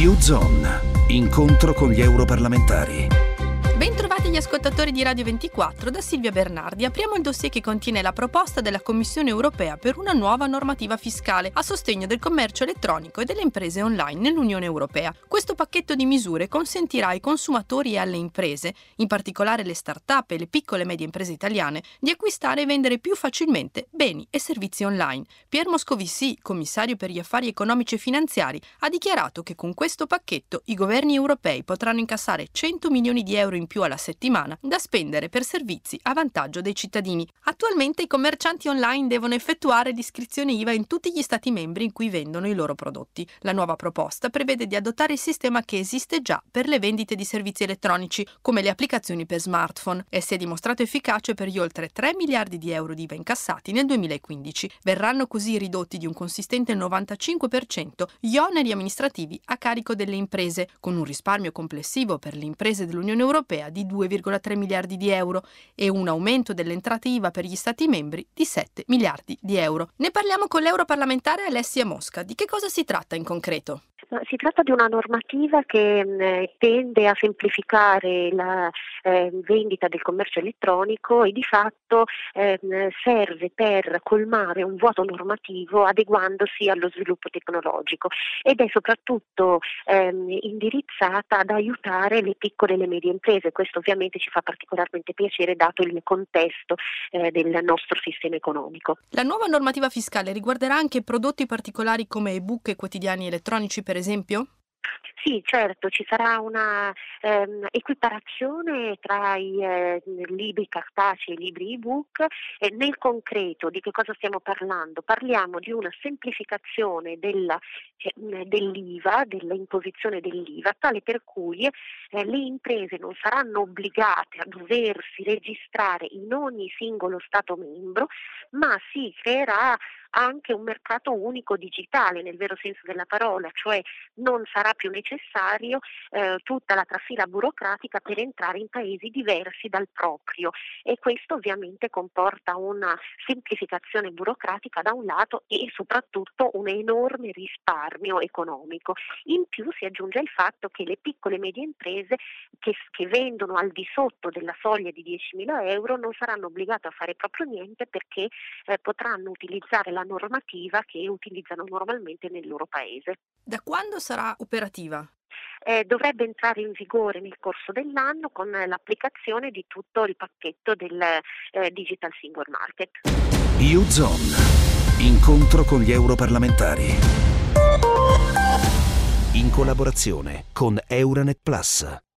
U-Zone, incontro con gli europarlamentari. Bentrovati gli ascoltatori di Radio 24 da Silvia Bernardi. Apriamo il dossier che contiene la proposta della Commissione europea per una nuova normativa fiscale a sostegno del commercio elettronico e delle imprese online nell'Unione Europea. Questo pacchetto di misure consentirà ai consumatori e alle imprese, in particolare le start-up e le piccole e medie imprese italiane, di acquistare e vendere più facilmente beni e servizi online. Pier Moscovici, commissario per gli affari economici e finanziari, ha dichiarato che con questo pacchetto i governi europei potranno incassare 100 milioni di euro in più alla settimana da spendere per servizi a vantaggio dei cittadini. Attualmente i commercianti online devono effettuare l'iscrizione IVA in tutti gli stati membri in cui vendono i loro prodotti. La nuova proposta prevede di adottare il sistema che esiste già per le vendite di servizi elettronici, come le applicazioni per smartphone, e si è dimostrato efficace per gli oltre 3 miliardi di euro di IVA incassati nel 2015. Verranno così ridotti di un consistente 95% gli oneri amministrativi a carico delle imprese, con un risparmio complessivo per le imprese dell'Unione Europea di 2,3 miliardi di euro e un aumento delle entrate IVA per gli Stati membri di 7 miliardi di euro. Ne parliamo con l'europarlamentare Alessia Mosca. Di che cosa si tratta in concreto? Si tratta di una normativa che tende a semplificare la vendita del commercio elettronico e di fatto serve per colmare un vuoto normativo adeguandosi allo sviluppo tecnologico ed è soprattutto indirizzata ad aiutare le piccole e le medie imprese. Questo ovviamente ci fa particolarmente piacere dato il contesto del nostro sistema economico. La nuova normativa fiscale riguarderà anche prodotti particolari come ebook e quotidiani elettronici, per esempio? Sì, certo, ci sarà una equiparazione tra i libri cartacei e i libri ebook. Nel concreto di che cosa stiamo parlando? Parliamo di una semplificazione dell'IVA, dell'imposizione dell'IVA, tale per cui le imprese non saranno obbligate a doversi registrare in ogni singolo Stato membro, ma si creerà anche un mercato unico digitale nel vero senso della parola, cioè non sarà più necessario tutta la trafila burocratica per entrare in paesi diversi dal proprio e questo ovviamente comporta una semplificazione burocratica da un lato e soprattutto un enorme risparmio economico. In più si aggiunge il fatto che le piccole e medie imprese che vendono al di sotto della soglia di 10.000 euro non saranno obbligate a fare proprio niente perché potranno utilizzare la normativa che utilizzano normalmente nel loro paese. Da quando sarà operativa? Dovrebbe entrare in vigore nel corso dell'anno con l'applicazione di tutto il pacchetto del Digital Single Market. U-Zone, incontro con gli europarlamentari. In collaborazione con Euranet Plus.